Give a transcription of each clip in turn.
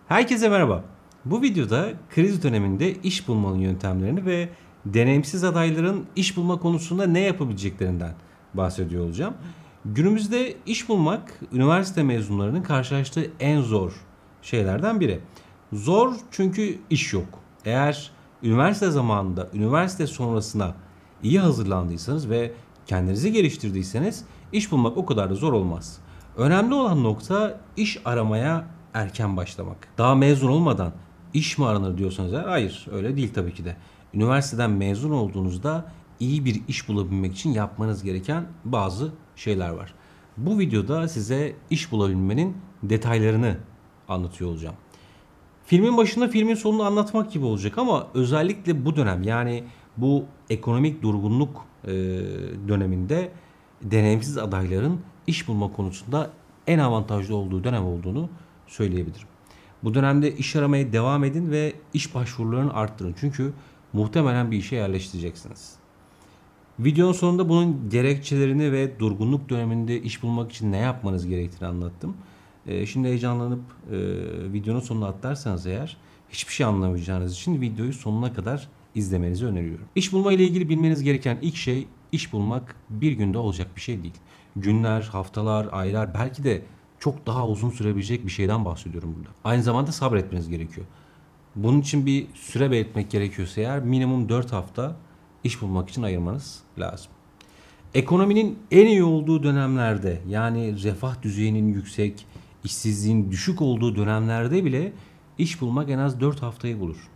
Herkese merhaba. Bu videoda kriz döneminde iş bulmanın yöntemlerini ve deneyimsiz adayların iş bulma konusunda ne yapabileceklerinden bahsediyor olacağım. Günümüzde iş bulmak üniversite mezunlarının karşılaştığı en zor şeylerden biri. Zor çünkü iş yok. Eğer üniversite zamanında, üniversite sonrasına iyi hazırlandıysanız ve kendinizi geliştirdiyseniz iş bulmak o kadar da zor olmaz. Önemli olan nokta iş aramaya erken başlamak. Daha mezun olmadan iş mi aranır diyorsanız eğer, hayır öyle değil tabii ki de. Üniversiteden mezun olduğunuzda iyi bir iş bulabilmek için yapmanız gereken bazı şeyler var. Bu videoda size iş bulabilmenin detaylarını anlatıyor olacağım. Filmin başında filmin sonunu anlatmak gibi olacak ama özellikle bu dönem, yani bu ekonomik durgunluk döneminde deneyimsiz adayların iş bulma konusunda en avantajlı olduğu dönem olduğunu söyleyebilirim. Bu dönemde iş aramaya devam edin ve iş başvurularını arttırın. Çünkü muhtemelen bir işe yerleştireceksiniz. Videonun sonunda bunun gerekçelerini ve durgunluk döneminde iş bulmak için ne yapmanız gerektiğini anlattım. Şimdi heyecanlanıp videonun sonuna atlarsanız eğer hiçbir şey anlamayacağınız için videoyu sonuna kadar izlemenizi öneriyorum. İş bulma ile ilgili bilmeniz gereken ilk şey, iş bulmak bir günde olacak bir şey değil. Günler, haftalar, aylar, belki de çok daha uzun sürebilecek bir şeyden bahsediyorum burada. Aynı zamanda sabretmeniz gerekiyor. Bunun için bir süre belirtmek gerekiyorsa eğer minimum 4 hafta iş bulmak için ayırmanız lazım. Ekonominin en iyi olduğu dönemlerde, yani refah düzeyinin yüksek, işsizliğin düşük olduğu dönemlerde bile iş bulmak en az 4 haftayı bulur.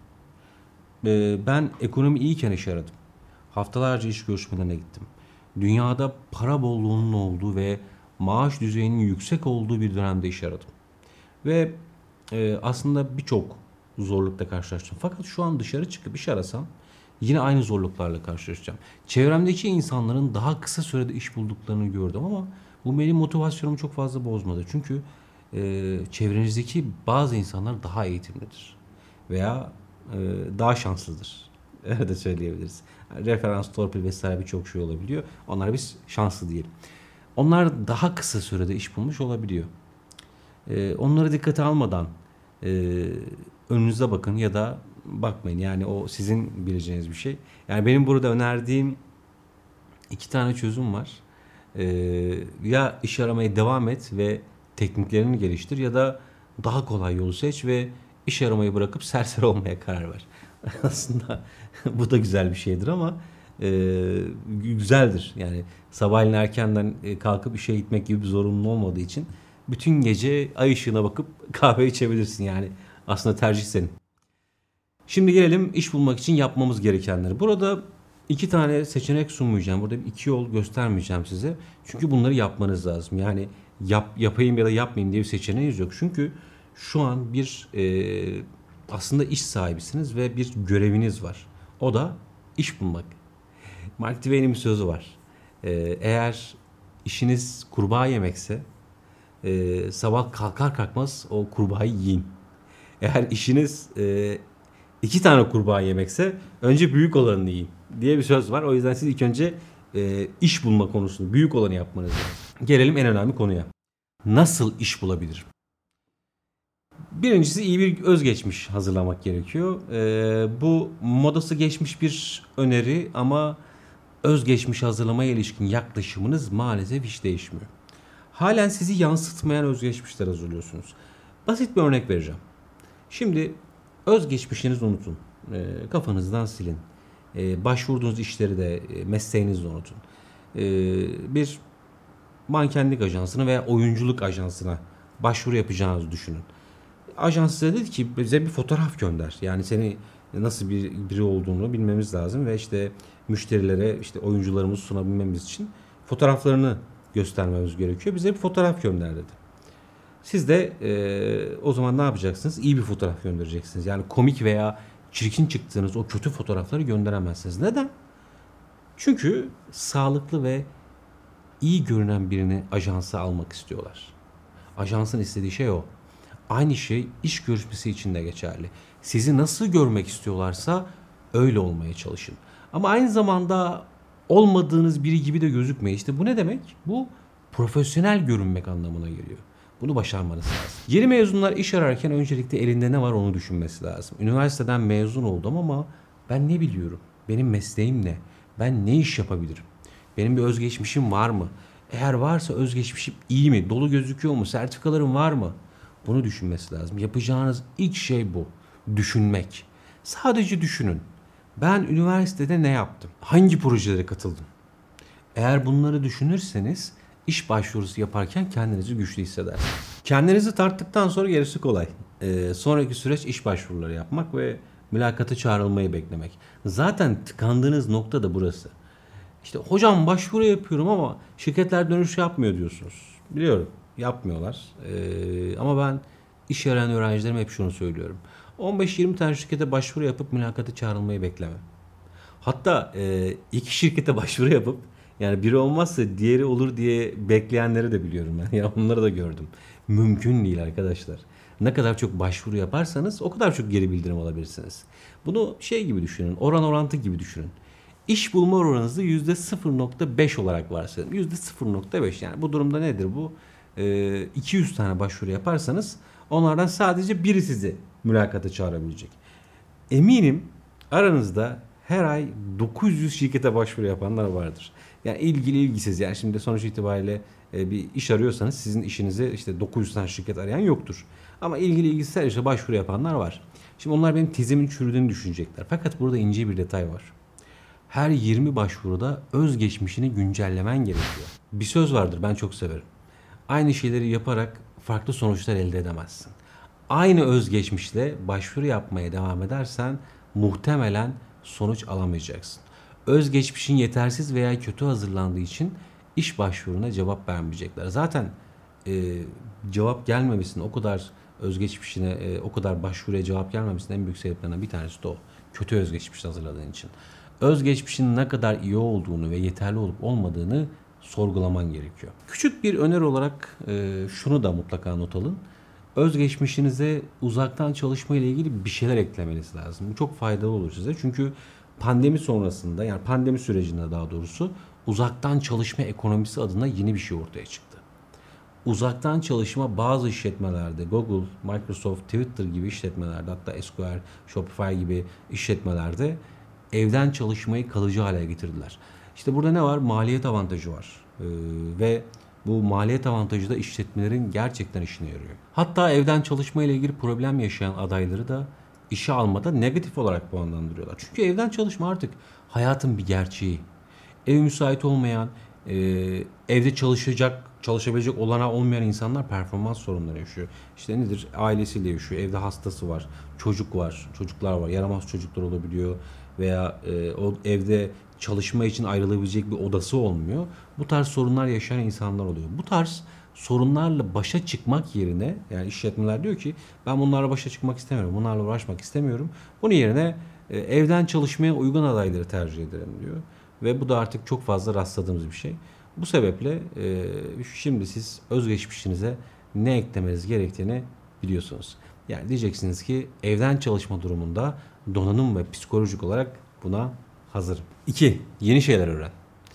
Ben ekonomi iyiyken iş aradım. Haftalarca iş görüşmelerine gittim. Dünyada para bolluğunun olduğu ve maaş düzeyinin yüksek olduğu bir dönemde iş aradım. Ve aslında birçok zorlukla karşılaştım. Fakat şu an dışarı çıkıp iş arasam yine aynı zorluklarla karşılaşacağım. Çevremdeki insanların daha kısa sürede iş bulduklarını gördüm ama bu benim motivasyonumu çok fazla bozmadı. Çünkü çevrenizdeki bazı insanlar daha eğitimlidir veya daha şanslıdır. Öyle de söyleyebiliriz. Referans, torpil vesaire birçok şey olabiliyor. Onlar biz şanslı diyelim. Onlar daha kısa sürede iş bulmuş olabiliyor. Onları dikkate almadan e, önünüze bakın ya da bakmayın. Yani o sizin bileceğiniz bir şey. Yani benim burada önerdiğim iki tane çözüm var. Ya iş aramaya devam et ve tekniklerini geliştir ya da daha kolay yolu seç ve iş aramayı bırakıp serseri olmaya karar ver. Aslında bu da güzel bir şeydir ama güzeldir. Yani sabahleyin erkenden kalkıp işe gitmek gibi bir zorunluluğun olmadığı için bütün gece ay ışığına bakıp kahve içebilirsin yani. Aslında tercih senin. Şimdi gelelim iş bulmak için yapmamız gerekenleri. Burada iki tane seçenek sunmayacağım. Burada iki yol göstermeyeceğim size. Çünkü bunları yapmanız lazım. Yani yapayım ya da yapmayayım diye bir seçeneğiniz yok. Çünkü şu an bir aslında iş sahibisiniz ve bir göreviniz var. O da iş bulmak. Mark Twain'in bir sözü var. Eğer işiniz kurbağa yemekse sabah kalkar kalkmaz o kurbağayı yiyin. Eğer işiniz iki tane kurbağa yemekse önce büyük olanını yiyin diye bir söz var. O yüzden siz ilk önce iş bulma konusunu büyük olanı yapmanız lazım. Gelelim en önemli konuya. Nasıl iş bulabilirim? Birincisi iyi bir özgeçmiş hazırlamak gerekiyor. Bu modası geçmiş bir öneri ama özgeçmiş hazırlamaya ilişkin yaklaşımınız maalesef hiç değişmiyor. Halen sizi yansıtmayan özgeçmişler hazırlıyorsunuz. Basit bir örnek vereceğim. Şimdi özgeçmişinizi unutun. Kafanızdan silin. Başvurduğunuz işleri de mesleğinizi de unutun. Bir mankenlik ajansına veya oyunculuk ajansına başvuru yapacağınızı düşünün. Ajans size dedi ki bize bir fotoğraf gönder. Yani seni nasıl biri olduğunu bilmemiz lazım ve işte müşterilere işte oyuncularımızı sunabilmemiz için fotoğraflarını göstermemiz gerekiyor. Bize bir fotoğraf gönder dedi. Siz de o zaman ne yapacaksınız? İyi bir fotoğraf göndereceksiniz. Yani komik veya çirkin çıktığınız o kötü fotoğrafları gönderemezsiniz. Neden? Çünkü sağlıklı ve iyi görünen birini ajansa almak istiyorlar. Ajansın istediği şey o. Aynı şey iş görüşmesi için de geçerli. Sizi nasıl görmek istiyorlarsa öyle olmaya çalışın. Ama aynı zamanda olmadığınız biri gibi de gözükmeyin. İşte bu ne demek? Bu profesyonel görünmek anlamına geliyor. Bunu başarmanız lazım. Yeni mezunlar iş ararken öncelikle elinde ne var onu düşünmesi lazım. Üniversiteden mezun oldum ama ben ne biliyorum? Benim mesleğim ne? Ben ne iş yapabilirim? Benim bir özgeçmişim var mı? Eğer varsa özgeçmişim iyi mi? Dolu gözüküyor mu? Sertifikalarım var mı? Bunu düşünmesi lazım. Yapacağınız ilk şey bu. Düşünmek. Sadece düşünün. Ben üniversitede ne yaptım? Hangi projelere katıldım? Eğer bunları düşünürseniz iş başvurusu yaparken kendinizi güçlü hissedersiniz. Kendinizi tarttıktan sonra gerisi kolay. Sonraki süreç iş başvuruları yapmak ve mülakata çağrılmayı beklemek. Zaten tıkandığınız nokta da burası. İşte hocam başvuru yapıyorum ama şirketler dönüş yapmıyor diyorsunuz. Biliyorum yapmıyorlar. Ama ben iş arayan öğrencilerime hep şunu söylüyorum. 15-20 tane şirkete başvuru yapıp mülakata çağrılmayı bekleme. Hatta iki şirkete başvuru yapıp yani biri olmazsa diğeri olur diye bekleyenleri de biliyorum ben. Ya onları da gördüm. Mümkün değil arkadaşlar. Ne kadar çok başvuru yaparsanız o kadar çok geri bildirim alabilirsiniz. Bunu şey gibi düşünün. Oran orantı gibi düşünün. İş bulma oranınızı %0.5 olarak varsayalım. %0.5 yani bu durumda nedir bu? 200 tane başvuru yaparsanız onlardan sadece biri sizi mülakata çağırabilecek. Eminim aranızda her ay 900 şirkete başvuru yapanlar vardır. Yani ilgili ilgisiz yani şimdi sonuç itibariyle bir iş arıyorsanız sizin işinize işte 900 tane şirket arayan yoktur. Ama ilgili ilgisiz her işe başvuru yapanlar var. Şimdi onlar benim tezimin çürüdüğünü düşünecekler. Fakat burada ince bir detay var. Her 20 başvuruda özgeçmişini güncellemen gerekiyor. Bir söz vardır ben çok severim. Aynı şeyleri yaparak farklı sonuçlar elde edemezsin. Aynı özgeçmişle başvuru yapmaya devam edersen muhtemelen sonuç alamayacaksın. Özgeçmişin yetersiz veya kötü hazırlandığı için iş başvuruna cevap vermeyecekler. Zaten cevap gelmemesinin o kadar özgeçmişine o kadar başvuruya cevap gelmemesinin en büyük sebeplerinden bir tanesi de o. Kötü özgeçmiş hazırladığın için. Özgeçmişin ne kadar iyi olduğunu ve yeterli olup olmadığını sorgulaman gerekiyor. Küçük bir öneri olarak şunu da mutlaka not alın. Özgeçmişinize uzaktan çalışma ile ilgili bir şeyler eklemeniz lazım. Bu çok faydalı olur size. Çünkü pandemi sonrasında yani pandemi sürecinde daha doğrusu uzaktan çalışma ekonomisi adına yeni bir şey ortaya çıktı. Uzaktan çalışma bazı işletmelerde Google, Microsoft, Twitter gibi işletmelerde hatta SQL, Shopify gibi işletmelerde evden çalışmayı kalıcı hale getirdiler. İşte burada ne var? Maliyet avantajı var. Ve bu maliyet avantajı da işletmelerin gerçekten işine yarıyor. Hatta evden çalışma ile ilgili problem yaşayan adayları da işe almada negatif olarak puanlandırıyorlar. Çünkü evden çalışma artık hayatın bir gerçeği. Ev müsait olmayan, e, evde çalışabilecek olanağı olmayan insanlar performans sorunları yaşıyor. İşte nedir? Ailesiyle yaşıyor, evde hastası var, çocuk var, çocuklar var, yaramaz çocuklar olabiliyor veya o evde çalışma için ayrılabilecek bir odası olmuyor. Bu tarz sorunlar yaşayan insanlar oluyor. Bu tarz sorunlarla başa çıkmak yerine yani işletmeler diyor ki ben bunlarla başa çıkmak istemiyorum, bunlarla uğraşmak istemiyorum. Bunun yerine evden çalışmaya uygun adayları tercih ederim diyor. Ve bu da artık çok fazla rastladığımız bir şey. Bu sebeple şimdi siz özgeçmişinize ne eklemeniz gerektiğini biliyorsunuz. Yani diyeceksiniz ki evden çalışma durumunda donanım ve psikolojik olarak buna hazırım. 2. Yeni şeyler öğren.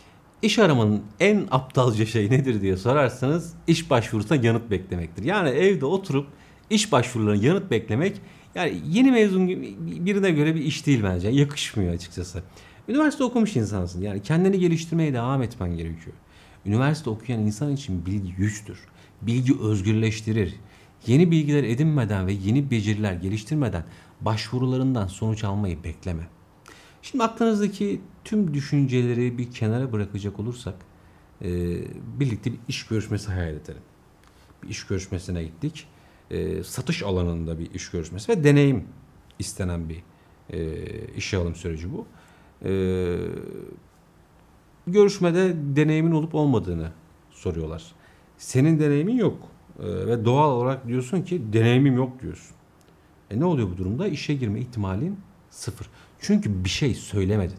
İş aramanın en aptalca şey nedir diye sorarsanız iş başvurusuna yanıt beklemektir. Yani evde oturup iş başvurularına yanıt beklemek yani yeni mezun birine göre bir iş değil bence. Yakışmıyor açıkçası. Üniversite okumuş insansın. Yani kendini geliştirmeye devam etmen gerekiyor. Üniversite okuyan insan için bilgi güçtür. Bilgi özgürleştirir. Yeni bilgiler edinmeden ve yeni beceriler geliştirmeden başvurularından sonuç almayı bekleme. Şimdi aklınızdaki tüm düşünceleri bir kenara bırakacak olursak birlikte bir iş görüşmesi hayal edelim. Bir iş görüşmesine gittik. Satış alanında bir iş görüşmesi ve deneyim istenen bir işe alım süreci bu. Görüşmede deneyimin olup olmadığını soruyorlar. Senin deneyimin yok ve doğal olarak diyorsun ki deneyimim yok diyorsun. Ne oluyor bu durumda? İşe girme ihtimalin sıfır. Çünkü bir şey söylemedin.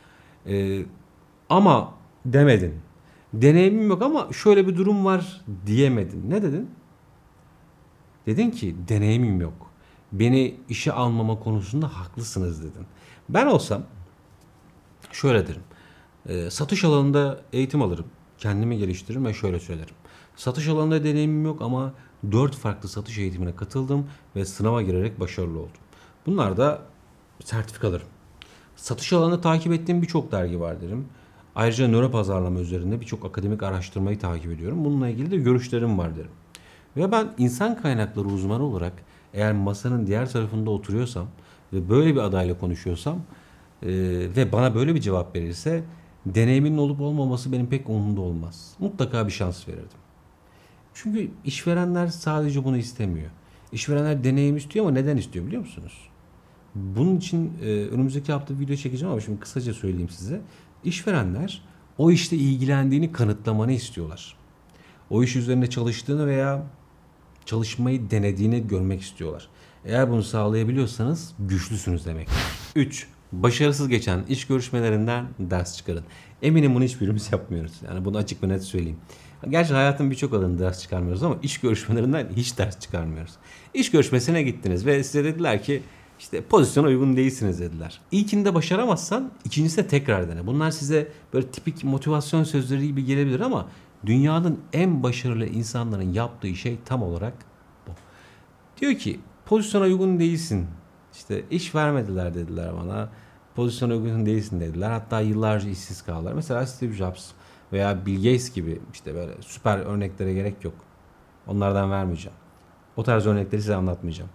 Ama demedin. Deneyimim yok ama şöyle bir durum var diyemedin. Ne dedin? Dedin ki deneyimim yok. Beni işe almama konusunda haklısınız dedin. Ben olsam şöyle derim. Satış alanında eğitim alırım. Kendimi geliştiririm ve şöyle söylerim. Satış alanında deneyimim yok ama 4 farklı satış eğitimine katıldım ve sınava girerek başarılı oldum. Bunlar da sertifikalarım. Satış alanını takip ettiğim birçok dergi var derim. Ayrıca nöro pazarlama üzerinde birçok akademik araştırmayı takip ediyorum. Bununla ilgili de görüşlerim var derim. Ve ben insan kaynakları uzmanı olarak eğer masanın diğer tarafında oturuyorsam ve böyle bir adayla konuşuyorsam ve bana böyle bir cevap verirse deneyimin olup olmaması benim pek umurumda olmaz. Mutlaka bir şans verirdim. Çünkü işverenler sadece bunu istemiyor. İşverenler deneyim istiyor ama neden istiyor biliyor musunuz? Bunun için önümüzdeki hafta video çekeceğim ama şimdi kısaca söyleyeyim size. İşverenler o işte ilgilendiğini kanıtlamanı istiyorlar. O iş üzerinde çalıştığını veya çalışmayı denediğini görmek istiyorlar. Eğer bunu sağlayabiliyorsanız güçlüsünüz demek. 3. Başarısız geçen iş görüşmelerinden ders çıkarın. Eminim bunu hiçbirimiz yapmıyoruz. Yani bunu açık ve net söyleyeyim. Gerçi hayatın birçok alanında ders çıkarmıyoruz ama iş görüşmelerinden hiç ders çıkarmıyoruz. İş görüşmesine gittiniz ve size dediler ki işte pozisyona uygun değilsiniz dediler. İlkinde başaramazsan ikincisinde tekrar dene. Bunlar size böyle tipik motivasyon sözleri gibi gelebilir ama dünyanın en başarılı insanların yaptığı şey tam olarak bu. Diyor ki pozisyona uygun değilsin. İşte iş vermediler dediler bana. Pozisyona uygun değilsin dediler. Hatta yıllarca işsiz kaldılar. Mesela Steve Jobs veya Bill Gates gibi işte böyle süper örneklere gerek yok. Onlardan vermeyeceğim. O tarz örnekleri size anlatmayacağım.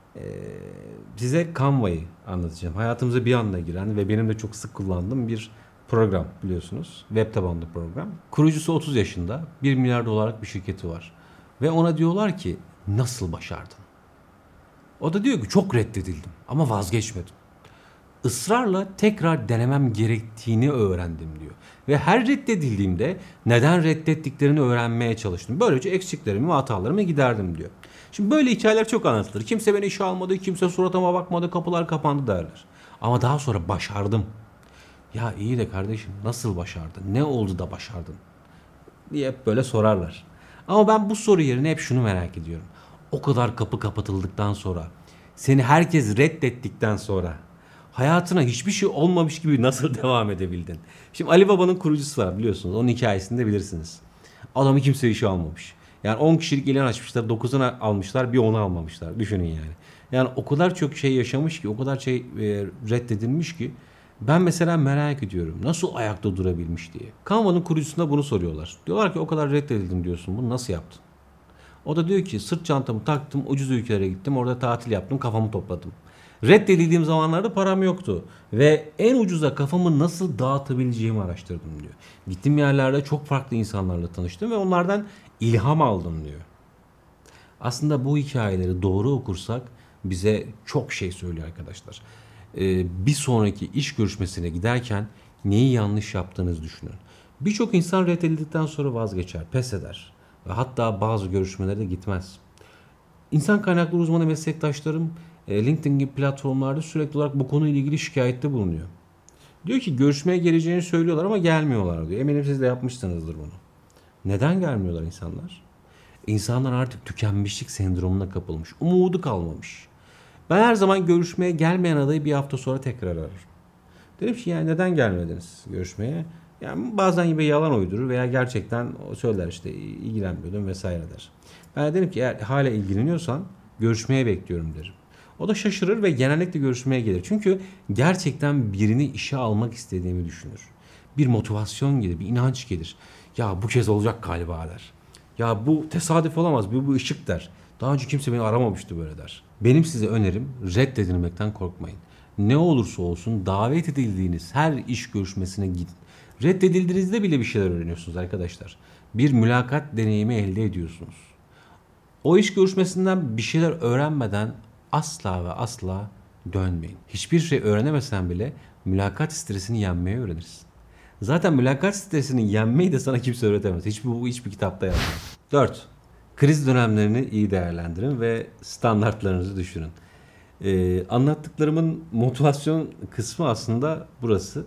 Size Canva'yı anlatacağım. Hayatımıza bir anda giren ve benim de çok sık kullandığım bir program biliyorsunuz. Web tabanlı program. Kurucusu 30 yaşında. 1 milyar dolarlık bir şirketi var. Ve ona diyorlar ki nasıl başardın? O da diyor ki çok reddedildim ama vazgeçmedim. Israrla tekrar denemem gerektiğini öğrendim diyor. Ve her reddedildiğimde neden reddettiklerini öğrenmeye çalıştım. Böylece eksiklerimi ve hatalarımı giderdim diyor. Şimdi böyle hikayeler çok anlatılır. Kimse beni işe almadı, kimse suratıma bakmadı, kapılar kapandı derler. Ama daha sonra başardım. Ya iyi de kardeşim nasıl başardın? Ne oldu da başardın? Diye hep böyle sorarlar. Ama ben bu soru yerine hep şunu merak ediyorum. O kadar kapı kapatıldıktan sonra, seni herkes reddettikten sonra hayatına hiçbir şey olmamış gibi nasıl devam edebildin? Şimdi Ali Baba'nın kurucusu var biliyorsunuz. Onun hikayesini de bilirsiniz. Adamı kimse işe almamış. Yani 10 kişilik ilan açmışlar, 9'unu almışlar, bir 10'u almamışlar. Düşünün yani. Yani o kadar çok şey yaşamış ki, o kadar şey reddedilmiş ki ben mesela merak ediyorum. Nasıl ayakta durabilmiş diye. Canva'nın kurucusuna bunu soruyorlar. Diyorlar ki o kadar reddedildim diyorsun. Bunu nasıl yaptın? O da diyor ki sırt çantamı taktım, ucuz ülkelere gittim, orada tatil yaptım, kafamı topladım. Reddedildiğim zamanlarda param yoktu ve en ucuza kafamı nasıl dağıtabileceğimi araştırdım diyor. Gittiğim yerlerde çok farklı insanlarla tanıştım ve onlardan ilham aldım diyor. Aslında bu hikayeleri doğru okursak bize çok şey söylüyor arkadaşlar. Bir sonraki iş görüşmesine giderken neyi yanlış yaptığınızı düşünün. Birçok insan reddedildikten sonra vazgeçer, pes eder ve hatta bazı görüşmelere de gitmez. İnsan kaynakları uzmanı meslektaşlarım LinkedIn gibi platformlarda sürekli olarak bu konuyla ilgili şikayette bulunuyor. Diyor ki görüşmeye geleceğini söylüyorlar ama gelmiyorlar diyor. Eminim siz de yapmışsınızdır bunu. Neden gelmiyorlar insanlar? İnsanlar artık tükenmişlik sendromuna kapılmış. Umudu kalmamış. Ben her zaman görüşmeye gelmeyen adayı bir hafta sonra tekrar ararım. Dedim ki yani neden gelmediniz görüşmeye? Yani bazen gibi yalan uydurur veya gerçekten o söyler işte ilgilenmiyordum vesaire der. Ben de dedim ki eğer hala ilgileniyorsan görüşmeye bekliyorum derim. O da şaşırır ve genellikle görüşmeye gelir. Çünkü gerçekten birini işe almak istediğimi düşünür. Bir motivasyon gelir, bir inanç gelir. Ya bu kez olacak galiba der. Ya bu tesadüf olamaz, bu ışık der. Daha önce kimse beni aramamıştı böyle der. Benim size önerim reddedilmekten korkmayın. Ne olursa olsun davet edildiğiniz her iş görüşmesine gidin. Reddedildiğinizde bile bir şeyler öğreniyorsunuz arkadaşlar. Bir mülakat deneyimi elde ediyorsunuz. O iş görüşmesinden bir şeyler öğrenmeden asla ve asla dönmeyin. Hiçbir şey öğrenemesen bile mülakat stresini yenmeyi öğrenirsin. Zaten mülakat stresini yenmeyi de sana kimse öğretemez. Hiçbir kitapta yazmaz. 4. Kriz dönemlerini iyi değerlendirin ve standartlarınızı düşünün. Anlattıklarımın motivasyon kısmı aslında burası.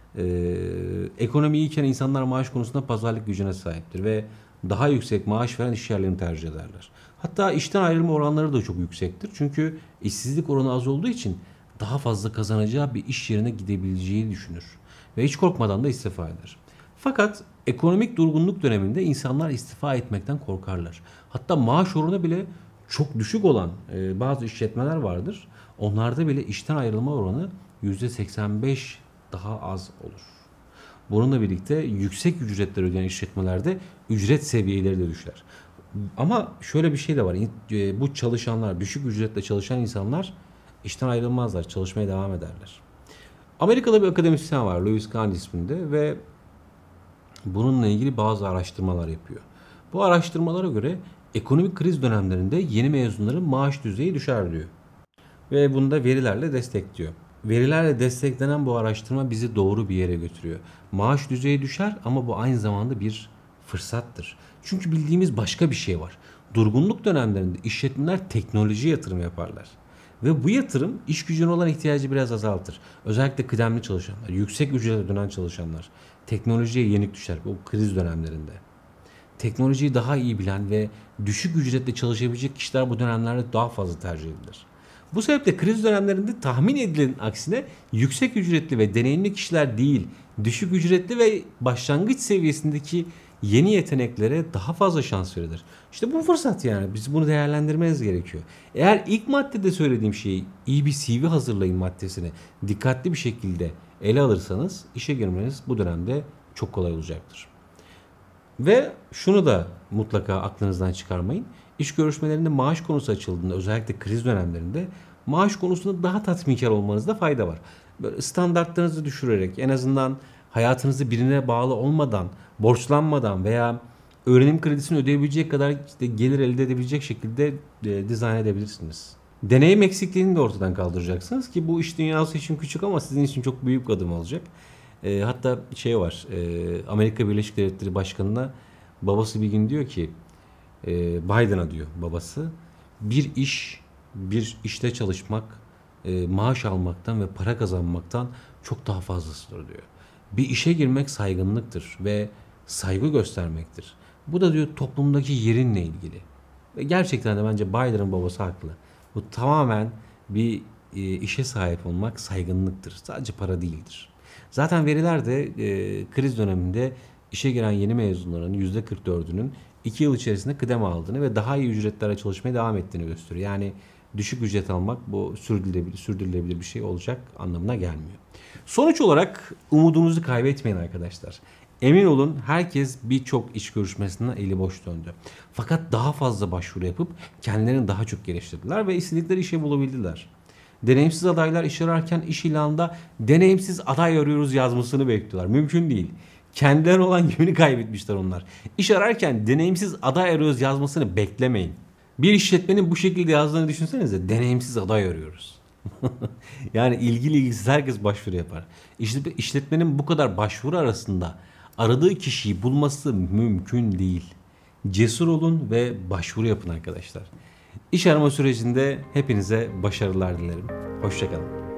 Ekonomi iyiyken insanlar maaş konusunda pazarlık gücüne sahiptir ve daha yüksek maaş veren iş yerlerini tercih ederler. Hatta işten ayrılma oranları da çok yüksektir. Çünkü işsizlik oranı az olduğu için daha fazla kazanacağı bir iş yerine gidebileceğini düşünür. Ve hiç korkmadan da istifa eder. Fakat ekonomik durgunluk döneminde insanlar istifa etmekten korkarlar. Hatta maaş oranı bile çok düşük olan bazı işletmeler vardır. Onlarda bile işten ayrılma oranı %85 daha az olur. Bununla birlikte yüksek ücretler ödeyen işletmelerde ücret seviyeleri de düşer. Ama şöyle bir şey de var. Bu çalışanlar, düşük ücretle çalışan insanlar işten ayrılmazlar, çalışmaya devam ederler. Amerika'da bir akademisyen var, Louis Kahn isminde ve bununla ilgili bazı araştırmalar yapıyor. Bu araştırmalara göre ekonomik kriz dönemlerinde yeni mezunların maaş düzeyi düşer diyor. Ve bunu da verilerle destekliyor. Verilerle desteklenen bu araştırma bizi doğru bir yere götürüyor. Maaş düzeyi düşer ama bu aynı zamanda bir fırsattır. Çünkü bildiğimiz başka bir şey var. Durgunluk dönemlerinde işletmeler teknoloji yatırım yaparlar. Ve bu yatırım iş gücüne olan ihtiyacı biraz azaltır. Özellikle kıdemli çalışanlar, yüksek ücrete dönen çalışanlar teknolojiye yenik düşer bu kriz dönemlerinde. Teknolojiyi daha iyi bilen ve düşük ücretle çalışabilecek kişiler bu dönemlerde daha fazla tercih edilir. Bu sebeple kriz dönemlerinde tahmin edilenin aksine yüksek ücretli ve deneyimli kişiler değil, düşük ücretli ve başlangıç seviyesindeki yeni yeteneklere daha fazla şans verilir. İşte bu fırsat yani. Biz bunu değerlendirmeniz gerekiyor. Eğer ilk maddede söylediğim şeyi iyi bir CV hazırlayın maddesini dikkatli bir şekilde ele alırsanız işe girmeniz bu dönemde çok kolay olacaktır. Ve şunu da mutlaka aklınızdan çıkarmayın. İş görüşmelerinde maaş konusu açıldığında özellikle kriz dönemlerinde maaş konusunda daha tatminkar olmanızda fayda var. Böyle standartlarınızı düşürerek en azından hayatınızı birine bağlı olmadan, borçlanmadan veya öğrenim kredisini ödeyebilecek kadar işte gelir elde edebilecek şekilde dizayn edebilirsiniz. Deneyim eksikliğini de ortadan kaldıracaksınız ki bu iş dünyası için küçük ama sizin için çok büyük bir adım olacak. Hatta şey var, Amerika Birleşik Devletleri Başkanı'na babası bir gün diyor ki, Biden'a diyor babası, bir işte çalışmak, maaş almaktan ve para kazanmaktan çok daha fazlasıdır diyor. Bir işe girmek saygınlıktır ve saygı göstermektir. Bu da diyor toplumdaki yerinle ilgili. Ve gerçekten de bence Biden'ın babası haklı. Bu tamamen bir işe sahip olmak saygınlıktır. Sadece para değildir. Zaten veriler de kriz döneminde işe giren yeni mezunların %44'ünün 2 yıl içerisinde kıdem aldığını ve daha iyi ücretlere çalışmaya devam ettiğini gösteriyor. Yani düşük ücret almak bu sürdürülebilir bir şey olacak anlamına gelmiyor. Sonuç olarak umudunuzu kaybetmeyin arkadaşlar. Emin olun herkes birçok iş görüşmesinden eli boş döndü. Fakat daha fazla başvuru yapıp kendilerini daha çok geliştirdiler ve istedikleri işe bulabildiler. Deneyimsiz adaylar iş ararken iş ilanında deneyimsiz aday arıyoruz yazmasını bekliyorlar. Mümkün değil. Kendilerine olan güveni kaybetmişler onlar. İş ararken deneyimsiz aday arıyoruz yazmasını beklemeyin. Bir işletmenin bu şekilde yazdığını düşünsenize. Deneyimsiz aday arıyoruz. Yani ilgili ilgisiz herkes başvuru yapar. İşletmenin bu kadar başvuru arasında aradığı kişiyi bulması mümkün değil. Cesur olun ve başvuru yapın arkadaşlar. İş arama sürecinde hepinize başarılar dilerim. Hoşça kalın.